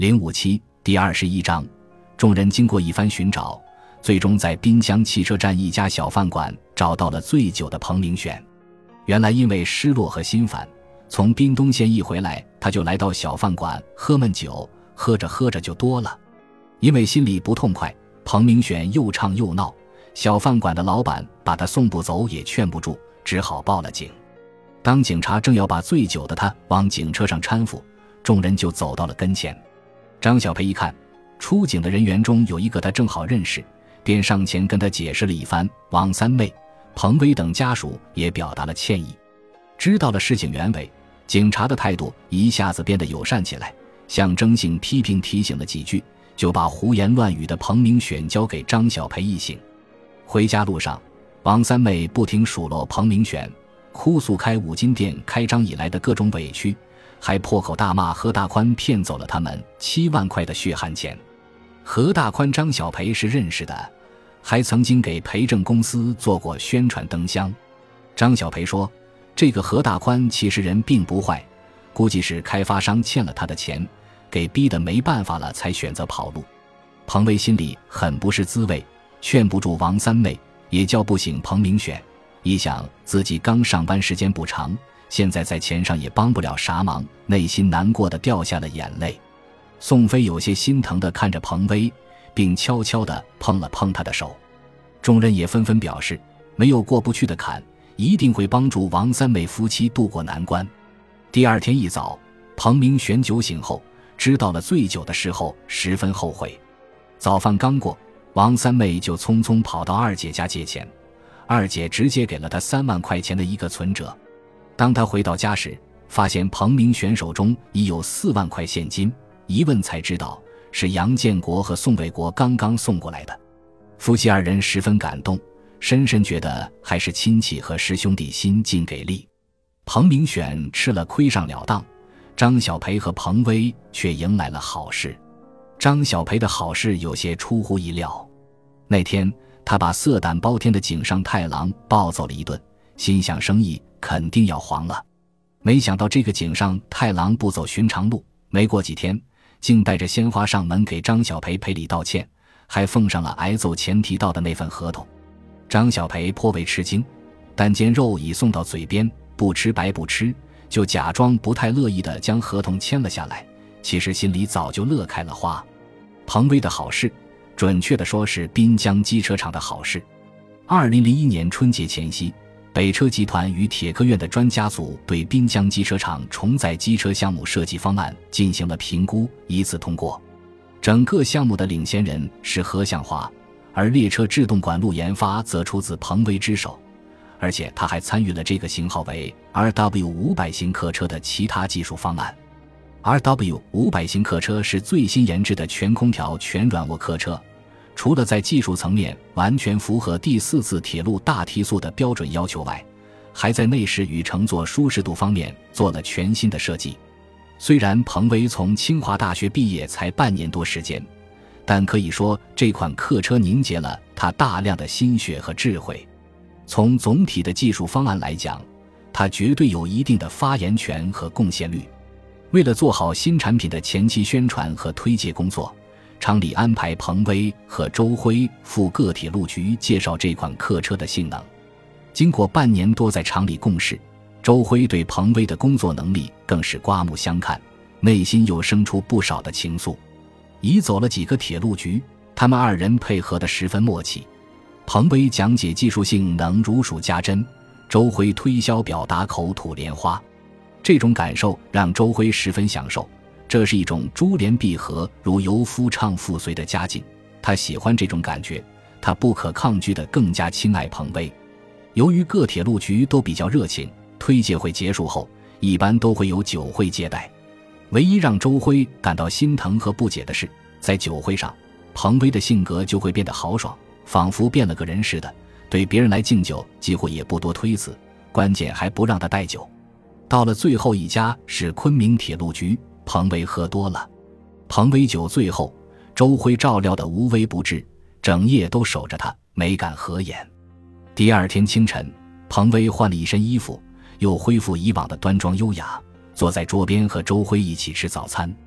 057第21章，众人经过一番寻找，最终在滨江汽车站一家小饭馆找到了醉酒的彭明选。原来因为失落和心烦，从滨东县一回来，他就来到小饭馆喝闷酒，喝着喝着就多了。因为心里不痛快，彭明选又唱又闹，小饭馆的老板把他送不走也劝不住，只好报了警。当警察正要把醉酒的他往警车上搀扶，众人就走到了跟前。张小培一看，出警的人员中有一个他正好认识，便上前跟他解释了一番。王三妹、彭威等家属也表达了歉意。知道了事情原委，警察的态度一下子变得友善起来，象征性批评提醒了几句，就把胡言乱语的彭明选交给张小培一行。回家路上，王三妹不停数落彭明选，哭诉开五金店开张以来的各种委屈，还破口大骂何大宽骗走了他们7万块的血汗钱。何大宽张小培是认识的，还曾经给培正公司做过宣传灯箱。张小培说，这个何大宽其实人并不坏，估计是开发商欠了他的钱，给逼得没办法了才选择跑路。彭威心里很不是滋味，劝不住王三妹，也叫不醒彭明选。一想自己刚上班时间不长，现在在钱上也帮不了啥忙，内心难过的掉下了眼泪。宋飞有些心疼地看着彭威，并悄悄地碰了碰他的手。众人也纷纷表示，没有过不去的坎，一定会帮助王三妹夫妻渡过难关。第二天一早，彭明选酒醒后，知道了醉酒的事后，十分后悔。早饭刚过，王三妹就匆匆跑到二姐家借钱，二姐直接给了他3万块钱的一个存折。当他回到家时，发现彭明选手中已有4万块现金，一问才知道是杨建国和宋卫国刚刚送过来的。夫妻二人十分感动，深深觉得还是亲戚和师兄弟心尽给力。彭明选吃了亏上了当，张小培和彭威却迎来了好事。张小培的好事有些出乎意料，那天他把色胆包天的井上太郎暴揍了一顿，心想生意肯定要黄了。没想到这个井上太郎不走寻常路，没过几天竟带着鲜花上门给张小培赔礼道歉，还奉上了挨揍前提到的那份合同。张小培颇为吃惊，但见肉已送到嘴边，不吃白不吃，就假装不太乐意地将合同签了下来，其实心里早就乐开了花。彭威的好事，准确地说是滨江机车厂的好事。2001年春节前夕，北车集团与铁科院的专家组对滨江机车厂重载机车项目设计方案进行了评估，一次通过。整个项目的领先人是何向华，而列车制动管路研发则出自彭威之手，而且他还参与了这个型号为 RW500 型客车的其他技术方案。RW500 型客车是最新研制的全空调全软卧客车，除了在技术层面完全符合第4次铁路大提速的标准要求外，还在内饰与乘坐舒适度方面做了全新的设计。虽然彭威从清华大学毕业才半年多时间，但可以说这款客车凝结了他大量的心血和智慧。从总体的技术方案来讲，他绝对有一定的发言权和贡献率。为了做好新产品的前期宣传和推介工作，厂里安排彭威和周辉赴各铁路局介绍这款客车的性能。经过半年多在厂里共事，周辉对彭威的工作能力更是刮目相看，内心又生出不少的情愫。已走了几个铁路局，他们二人配合得十分默契。彭威讲解技术性能如数家珍，周辉推销表达口吐莲花。这种感受让周辉十分享受，这是一种珠联璧合如游夫唱妇随的佳境，他喜欢这种感觉，他不可抗拒地更加亲爱彭威。由于各铁路局都比较热情，推介会结束后一般都会有酒会接待。唯一让周辉感到心疼和不解的是，在酒会上彭威的性格就会变得豪爽，仿佛变了个人似的，对别人来敬酒几乎也不多推辞，关键还不让他带酒。到了最后一家是昆明铁路局，彭威喝多了，彭威酒醉后，周辉照料得无微不至，整夜都守着他，没敢合眼。第二天清晨，彭威换了一身衣服，又恢复以往的端庄优雅，坐在桌边和周辉一起吃早餐。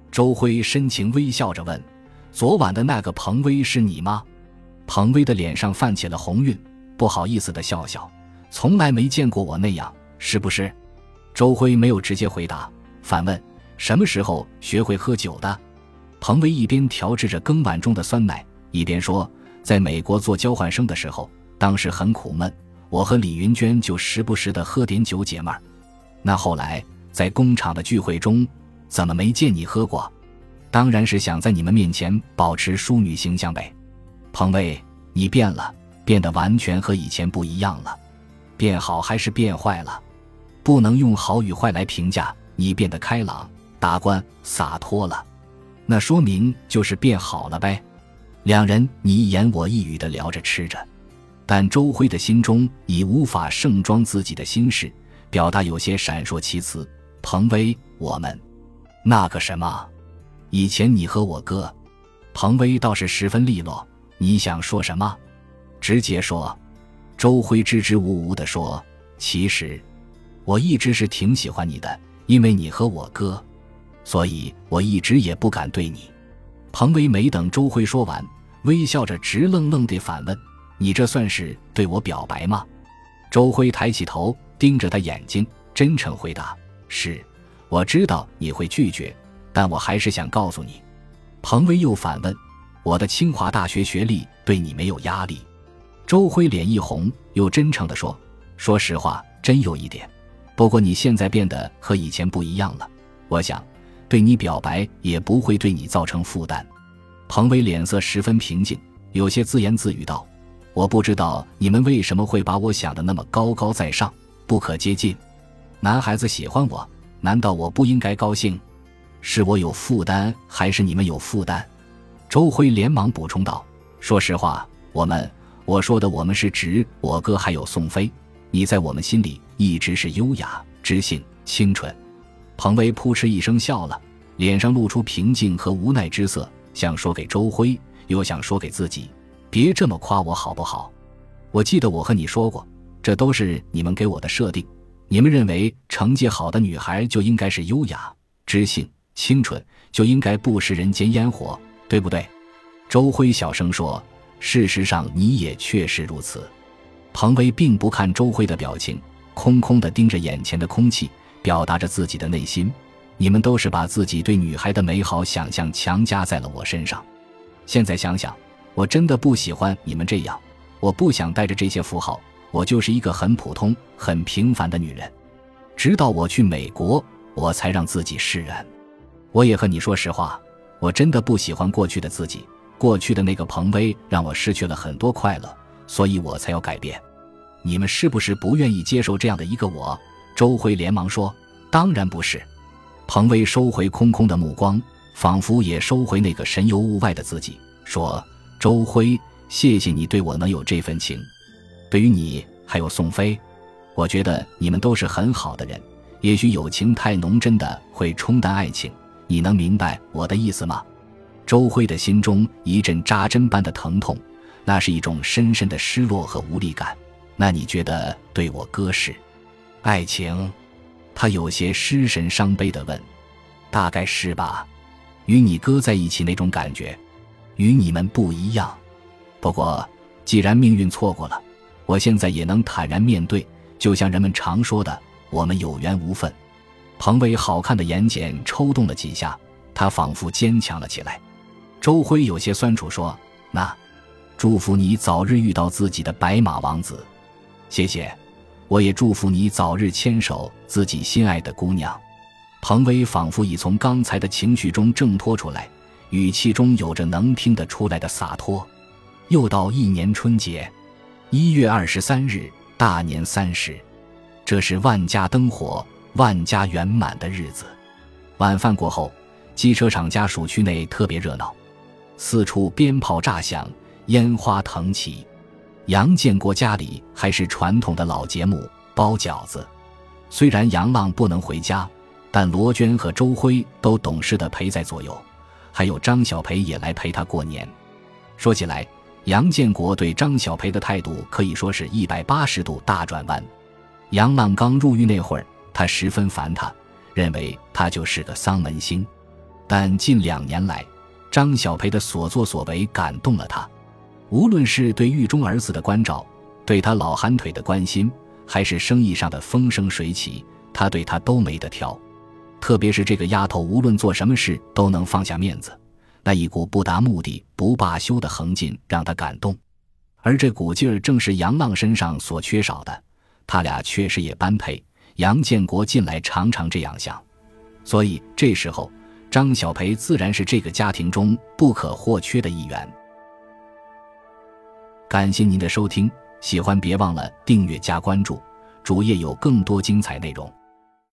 周辉深情微笑着问：昨晚的那个彭威是你吗？彭威的脸上泛起了红晕，不好意思地笑笑，从来没见过我那样，是不是？周辉没有直接回答，反问：什么时候学会喝酒的？彭威一边调制着羹碗中的酸奶，一边说：在美国做交换生的时候，当时很苦闷，我和李云娟就时不时地喝点酒解闷儿。那后来在工厂的聚会中，怎么没见你喝过？当然是想在你们面前保持淑女形象呗。彭威，你变了，变得完全和以前不一样了。变好还是变坏了？不能用好与坏来评价，你变得开朗、达观、洒脱了，那说明就是变好了呗。两人你一言我一语地聊着吃着，但周辉的心中已无法盛装自己的心事，表达有些闪烁其词。彭威，我们那个什么，以前你和我哥。彭威倒是十分利落，你想说什么？直接说。周辉支支吾吾地说，其实我一直是挺喜欢你的，因为你和我哥，所以我一直也不敢对你。彭威没等周辉说完，微笑着直愣愣地反问，你这算是对我表白吗？周辉抬起头盯着他眼睛，真诚回答，是，我知道你会拒绝，但我还是想告诉你。彭威又反问，我的清华大学学历对你没有压力？周辉脸一红，又真诚地说，说实话，真有一点，不过你现在变得和以前不一样了，我想对你表白也不会对你造成负担。彭威脸色十分平静，有些自言自语道，我不知道你们为什么会把我想得那么高高在上，不可接近。男孩子喜欢我，难道我不应该高兴？是我有负担，还是你们有负担？周辉连忙补充道，说实话，我说的我们是指我哥还有宋飞，你在我们心里一直是优雅、知性、清纯。彭威扑哧一声笑了，脸上露出平静和无奈之色，想说给周辉，又想说给自己，别这么夸我好不好？我记得我和你说过，这都是你们给我的设定，你们认为成绩好的女孩就应该是优雅、知性、清纯，就应该不食人间烟火，对不对？周辉小声说，事实上你也确实如此。彭威并不看周辉的表情，空空地盯着眼前的空气，表达着自己的内心，你们都是把自己对女孩的美好想象强加在了我身上。现在想想，我真的不喜欢你们这样，我不想带着这些符号，我就是一个很普通、很平凡的女人。直到我去美国，我才让自己释然。我也和你说实话，我真的不喜欢过去的自己，过去的那个彭威让我失去了很多快乐，所以我才要改变。你们是不是不愿意接受这样的一个我？周辉连忙说，当然不是。彭威收回空空的目光，仿佛也收回那个神游物外的自己，说，周辉，谢谢你对我能有这份情。对于你还有宋飞，我觉得你们都是很好的人，也许友情太浓真的会冲淡爱情，你能明白我的意思吗？周辉的心中一阵扎针般的疼痛，那是一种深深的失落和无力感。那你觉得对我哥是爱情？他有些失神伤悲地问。大概是吧，与你哥在一起那种感觉与你们不一样，不过既然命运错过了，我现在也能坦然面对，就像人们常说的，我们有缘无分。彭威好看的眼睑抽动了几下，他仿佛坚强了起来。周辉有些酸楚说，那祝福你早日遇到自己的白马王子。谢谢，我也祝福你早日牵手自己心爱的姑娘。彭威仿佛已从刚才的情绪中挣脱出来，语气中有着能听得出来的洒脱。又到一年春节，1月23日，大年30，这是万家灯火、万家圆满的日子。晚饭过后，机车厂家属区内特别热闹，四处鞭炮炸响，烟花腾起。杨建国家里还是传统的老节目，包饺子。虽然杨浪不能回家，但罗娟和周辉都懂事地陪在左右，还有张小培也来陪他过年。说起来，杨建国对张小培的态度可以说是180度大转弯。杨浪刚入狱那会儿，他十分烦他，认为他就是个丧门星。 但近2年来，张小培的所作所为感动了他。无论是对狱中儿子的关照，对他老寒腿的关心，还是生意上的风生水起，他对他都没得挑。特别是这个丫头无论做什么事都能放下面子，那一股不达目的不罢休的横劲让他感动。而这股劲儿正是杨浪身上所缺少的，他俩确实也般配。杨建国近来常常这样想，所以这时候张小培自然是这个家庭中不可或缺的一员。感谢您的收听，喜欢别忘了订阅加关注，主页有更多精彩内容。